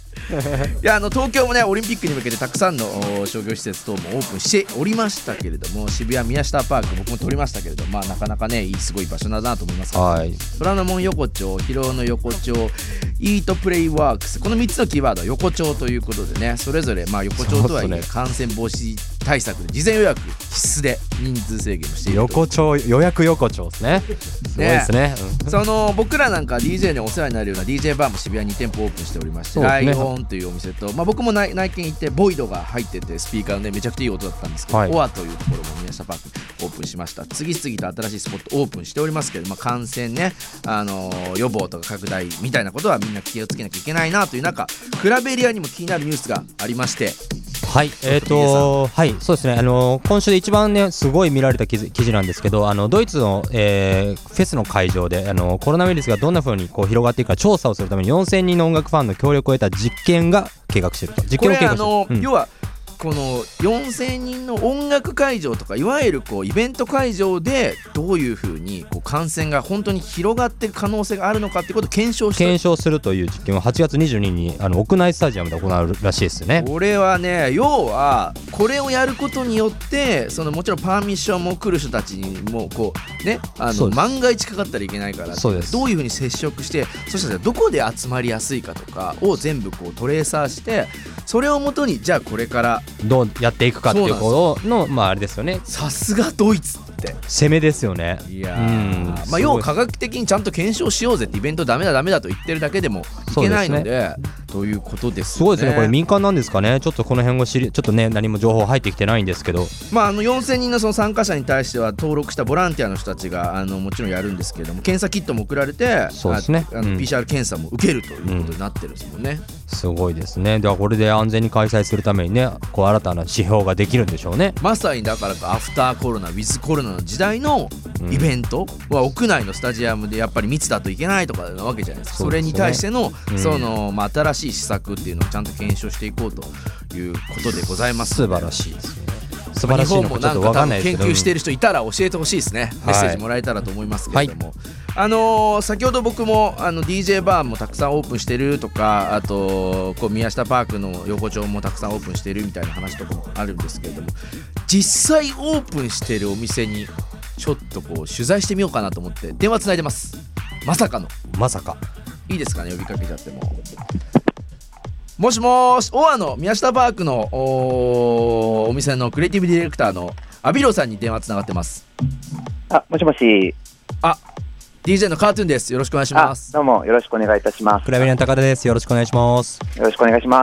いや東京もねオリンピックに向けてたくさんの商業施設等もオープンしておりましたけれども、渋谷宮下パーク僕も通りましたけれども、なかなかねすごい場所だなと思いますけど、 はい、 虎ノ門横丁、広尾の横丁、イートプレイワークス、この3つのキーワードは横丁ということでね、それぞれ横丁とはいえ感染防止対策で事前予約必須で人数制限もしている横丁、予約横丁ですね。すごいですね。 僕らなんか DJ にお世話になるような DJ バーも渋谷に2店舗オープンしておりまして、ライオンというお店と、僕も内見行ってボイドが入っててスピーカーでめちゃくちゃいい音だったんですけど、オアというところも宮下パークオープンしました。次々と新しいスポットオープンしておりますけど、感染ね、予防とか拡大みたいなことはみんな気をつけなきゃいけないなという中、クラベリアにも気になるニュースがありまして、 はい、はい、そうですね、今週で一番ねすごい見られた記事なんですけど、ドイツの、フェスの会場でコロナウイルスがどんな風に広がっていくか調査をするために4000人の音楽ファンの協力を得た実験が計画していると。実験を計画している。 要はこの4000人の音楽会場とかいわゆるイベント会場でどういうふうに感染が本当に広がっていく可能性があるのかってことを検証するという実験を8月22日に屋内スタジアムで行うらしいですよね。 これはね、要はこれをやることによってもちろんパーミッションも来る人たちにも万が一かかったらいけないから、どういうふうに接触して、そしたらどこで集まりやすいかとかを全部トレーサーして、それをもとにじゃあこれからどうやっていくかっていうことのあれですよね。 さすがドイツって攻めですよね。 いや要は科学的にちゃんと検証しようぜって、イベントダメだと言ってるだけでもいけないので、ということですよね。 すごいですね。これ民間なんですかね。ちょっとこの辺をちょっとね何も情報入ってきてないんですけど、 4000人の参加者に対しては登録したボランティアの人たちがもちろんやるんですけれども、検査キットも送られて、 そうですね、 PCR 検査も受けるということになってるんですもんね。 すごいですね。ではこれで安全に開催するためにね、新たな指標ができるんでしょうね。 まさにだからアフターコロナウィズコロナの時代のイベントは屋内のスタジアムでやっぱり密だといけないとかなわけじゃないですか。それに対しての新しい施策っていうのをちゃんと検証していこうということでございます。 素晴らしいですね。素晴らしいのかちょっと分かんないですけど、 研究している人いたら教えてほしいですね。メッセージもらえたらと思いますけれども、先ほど僕もDJ バーもたくさんオープンしてるとか、あと宮下パークの横丁もたくさんオープンしてるみたいな話とかもあるんですけれども、実際オープンしてるお店にちょっと取材してみようかなと思って電話つないでます。まさかいいですかね、呼びかけちゃっても。もしもーし、オアの宮下パークの お店のクリエイティブディレクターのアビロさんに電話つながってます。 もしもし。 DJ のカートゥーンです。よろしくお願いします。 どうもよろしくお願いいたします。 クラベリアの高田です。よろしくお願いします。 よろしくお願いします。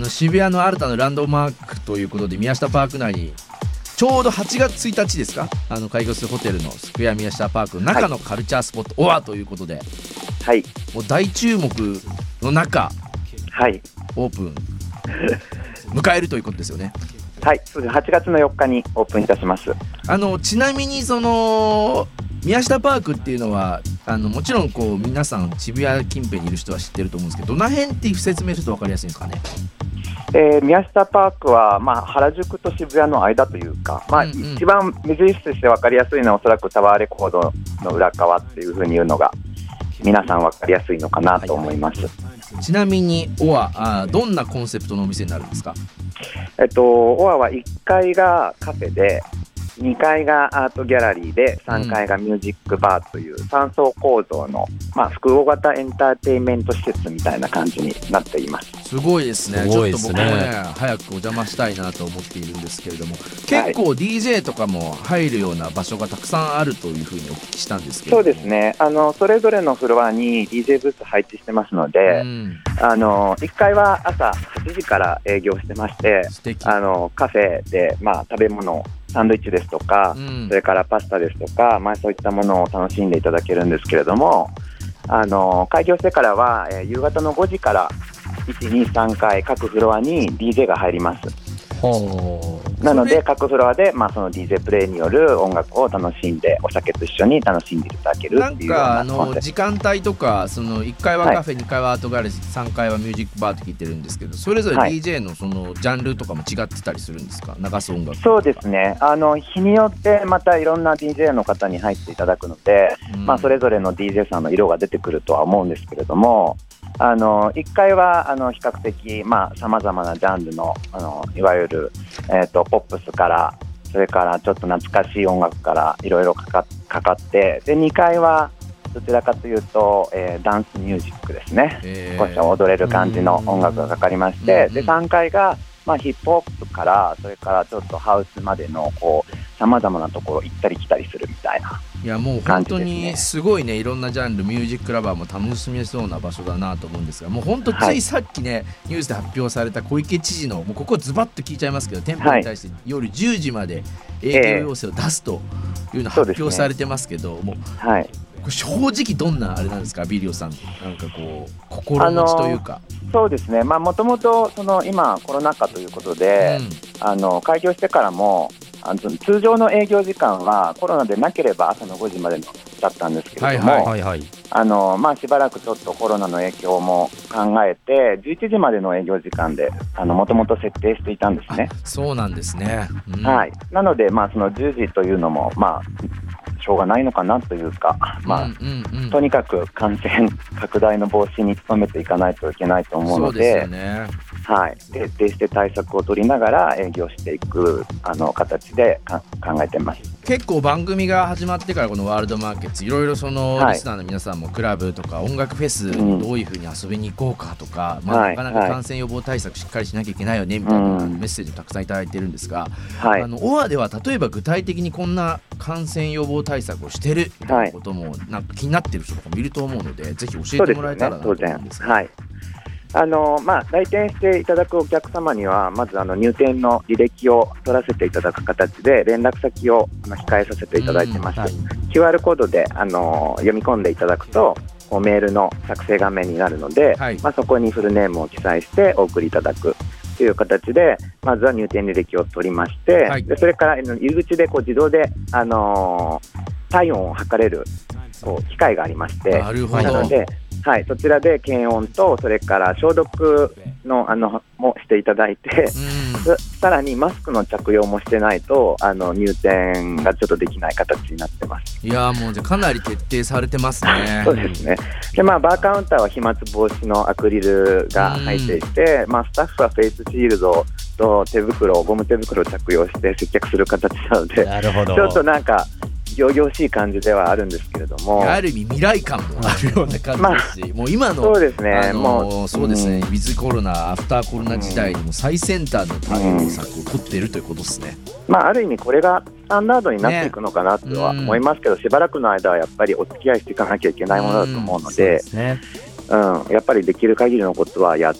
渋谷の新たなランドマークということで、宮下パーク内にちょうど8月1日ですか、開業するホテルのスクエア宮下パークの中のカルチャースポット、オアということで、 はい、 もう大注目の中、 はい、 オープン迎えるということですよね。 はい、そうです。8月の4日にオープンいたします。 ちなみに宮下パークっていうのはもちろん皆さん渋谷近辺にいる人は知ってると思うんですけど、どの辺っていう説明すると分かりやすいんですかね。 宮下パークは、原宿と渋谷の間というか、一番目印として分かりやすいのはおそらくタワーレコードの裏側っていうふうに言うのが皆さん分かりやすいのかなと思います。 ちなみにオアどんなコンセプトのお店になるんですか。 オアは1階がカフェで、2階がアートギャラリーで、3階がミュージックバーという3層構造の、複合型エンターテインメント施設みたいな感じになっています。 すごいですね。ちょっと僕もね早くお邪魔したいなと思っているんですけれども、結構 DJ とかも入るような場所がたくさんあるというふうにお聞きしたんですけども。 そうですね。それぞれのフロアに DJ ブース配置してますので、1階は朝8時から営業してまして、カフェで、食べ物サンドイッチですとか、それからパスタですとか、そういったものを楽しんでいただけるんですけれども、開業してからは、夕方の5時から1、2、3回各フロアに DJ が入ります。なので各フロアで、その DJ プレイによる音楽を楽しんで、お酒と一緒に楽しんでいただけるっていうようなコンセプト。 時間帯とか1階はカフェ、2階はアートガレージ、3階はミュージックバーと聞いてるんですけど、それぞれ DJ のジャンルとかも違ってたりするんですか、流す音楽。 そうですね。日によってまたいろんな DJ の方に入っていただくので、それぞれの DJ さんの色が出てくるとは思うんですけれども、 1階は比較的さまざまなジャンルの、いわゆる、ポップスからそれからちょっと懐かしい音楽からいろいろかかってで2階はどちらかというと、ダンスミュージックですね、少し踊れる感じの音楽がかかりましてで3階が、ヒップホップからそれからちょっとハウスまでのさまざまなところ行ったり来たりするみたいな。 いやもう本当にすごいねいろんなジャンルミュージックラバーも楽しめそうな場所だなと思うんですがもう本当ついさっきね、ニュースで発表された小池知事のもうここズバッと聞いちゃいますけど店舗に対して夜10時まで営業要請を出すというの発表されてますけど、もう正直どんなあれなんですかビリオさんなんか心持ちというか。 そうですねもともと今コロナ禍ということで、開業してからも通常の営業時間はコロナでなければ朝の5時までだったんですけれどもしばらくちょっとコロナの影響も考えて11時までの営業時間でもともと設定していたんですね。 そうなんですね、 なのでその10時というのもしょうがないのかなというか、とにかく感染拡大の防止に努めていかないといけないと思うので、 そうですよね。 徹底して対策を取りながら営業していく形で考えてます。 結構番組が始まってからこのワールドマーケッツいろいろリスナーの皆さんもクラブとか音楽フェスにどういうふうに遊びに行こうかとか、なかなか感染予防対策しっかりしなきゃいけないよねみたいなメッセージをたくさんいただいてるんですが、オアでは例えば具体的にこんな感染予防対策をしてるみたいなこともなんか気になってる人とかもいると思うのでぜひ教えてもらえたらなと思うんですが。 来店していただくお客様にはまず入店の履歴を取らせていただく形で連絡先を控えさせていただいてまして、QR コードで読み込んでいただくとメールの作成画面になるので、そこにフルネームを記載してお送りいただくという形でまずは入店履歴を取りまして、でそれから入り口で自動で、体温を測れる機械がありまして、なのでそちらで検温とそれから消毒のもしていただいて、さらにマスクの着用もしてないと入店がちょっとできない形になってます。 いやもうじゃかなり徹底されてますね。 そうですね。でバーカウンターは飛沫防止のアクリルが入っていて、スタッフはフェイスシールドとゴム手袋を着用して接客する形なので、ちょっとなんか仰々しい感じではあるんですけれども、 ある意味未来感もあるような感じですし、もう今のそうですね、 そうですね、ウィズコロナアフターコロナ時代にも最先端の対応策を取っているということですね。 ある意味これがスタンダードになっていくのかなとは思いますけど、しばらくの間はやっぱりお付き合いしていかなきゃいけないものだと思うので、やっぱりできる限りのことはやって、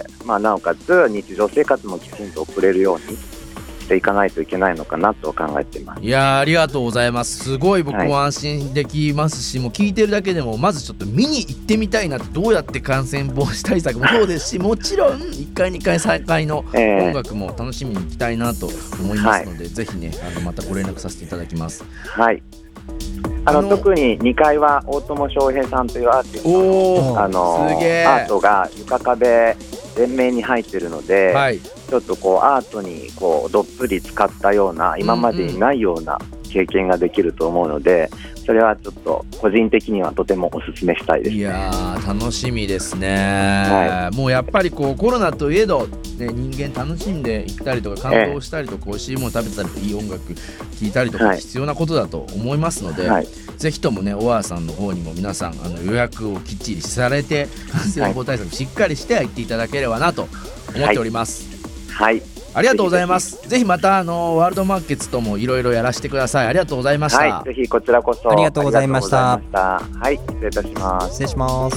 なおかつ日常生活もきちんと送れるようにしていかないといけないのかなと考えています。 いやありがとうございます。すごい僕も安心できますし、もう聞いてるだけでもまずちょっと見に行ってみたいな、どうやって感染防止対策もそうですし、もちろん1階2階3階の音楽も楽しみに行きたいなと思いますので、ぜひねまたご連絡させていただきます。 特に2階は大友翔平さんというアーティストのアートが床壁全面に入っているので、ちょっとアートにどっぷり使ったような今までにないような経験ができると思うので、それはちょっと個人的にはとてもお勧めしたいです。 いや楽しみですね、もうやっぱりコロナといえど、人間楽しんで行ったりとか感動したりとか、美味しいもの食べたりとかいい音楽聴いたりとか必要なことだと思いますので、ぜひともねオアさんの方にも皆さん予約をきっちりされて感染予防対策しっかりして行っていただければなと思っております。ありがとうございます。ぜひまたワールドマーケッツともいろいろやらせてください。ありがとうございました。 ぜひこちらこそありがとうございました。 失礼いたします。 失礼します。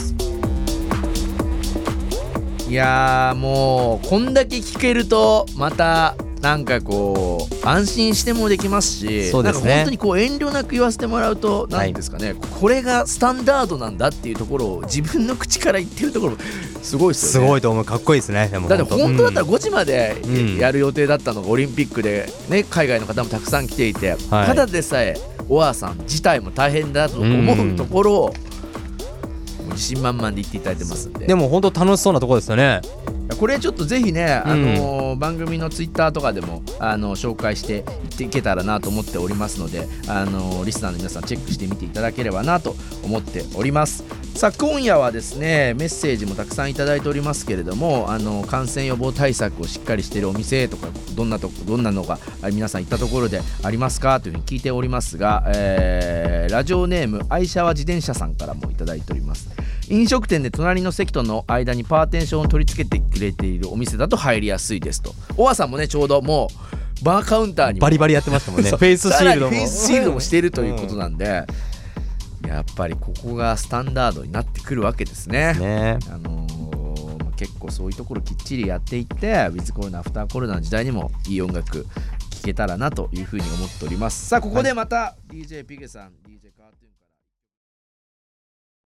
いやもうこんだけ聞けるとまたなんか安心してもできますし、 そうですね、 なんか本当に遠慮なく言わせてもらうと何ですかね、これがスタンダードなんだっていうところを自分の口から言ってるところすごいですよね。 すごいと思う。かっこいいですね。でもだって本当だったら5時までやる予定だったのがオリンピックで、海外の方もたくさん来ていて、ただでさえオアさん自体も大変だと思うところを自信満々で言っていただいてますんで。 でも本当楽しそうなところですよね。 これちょっとぜひね、番組のツイッターとかでも紹介していっていけたらなと思っておりますので、リスナーの皆さんチェックしてみていただければなと思っております。 さあ今夜はですねメッセージもたくさんいただいておりますけれども、感染予防対策をしっかりしているお店とかどんなのが皆さん行ったところでありますかというふうに聞いておりますが、ラジオネーム愛車は自転車さんからもいただいております。飲食店で隣の席との間にパーテーションを取り付けてくれているお店だと入りやすいですと。オアさんもねちょうどもうバーカウンターにもバリバリやってましたもんねフェイスシールドもフェイスシールドもしているということなんで、やっぱりここがスタンダードになってくるわけですね。結構そういうところきっちりやっていって、ウィズコロナアフターコロナの時代にもいい音楽聴けたらなというふうに思っております。さあここでまた DJ ピゲさん、DJ カートゥーン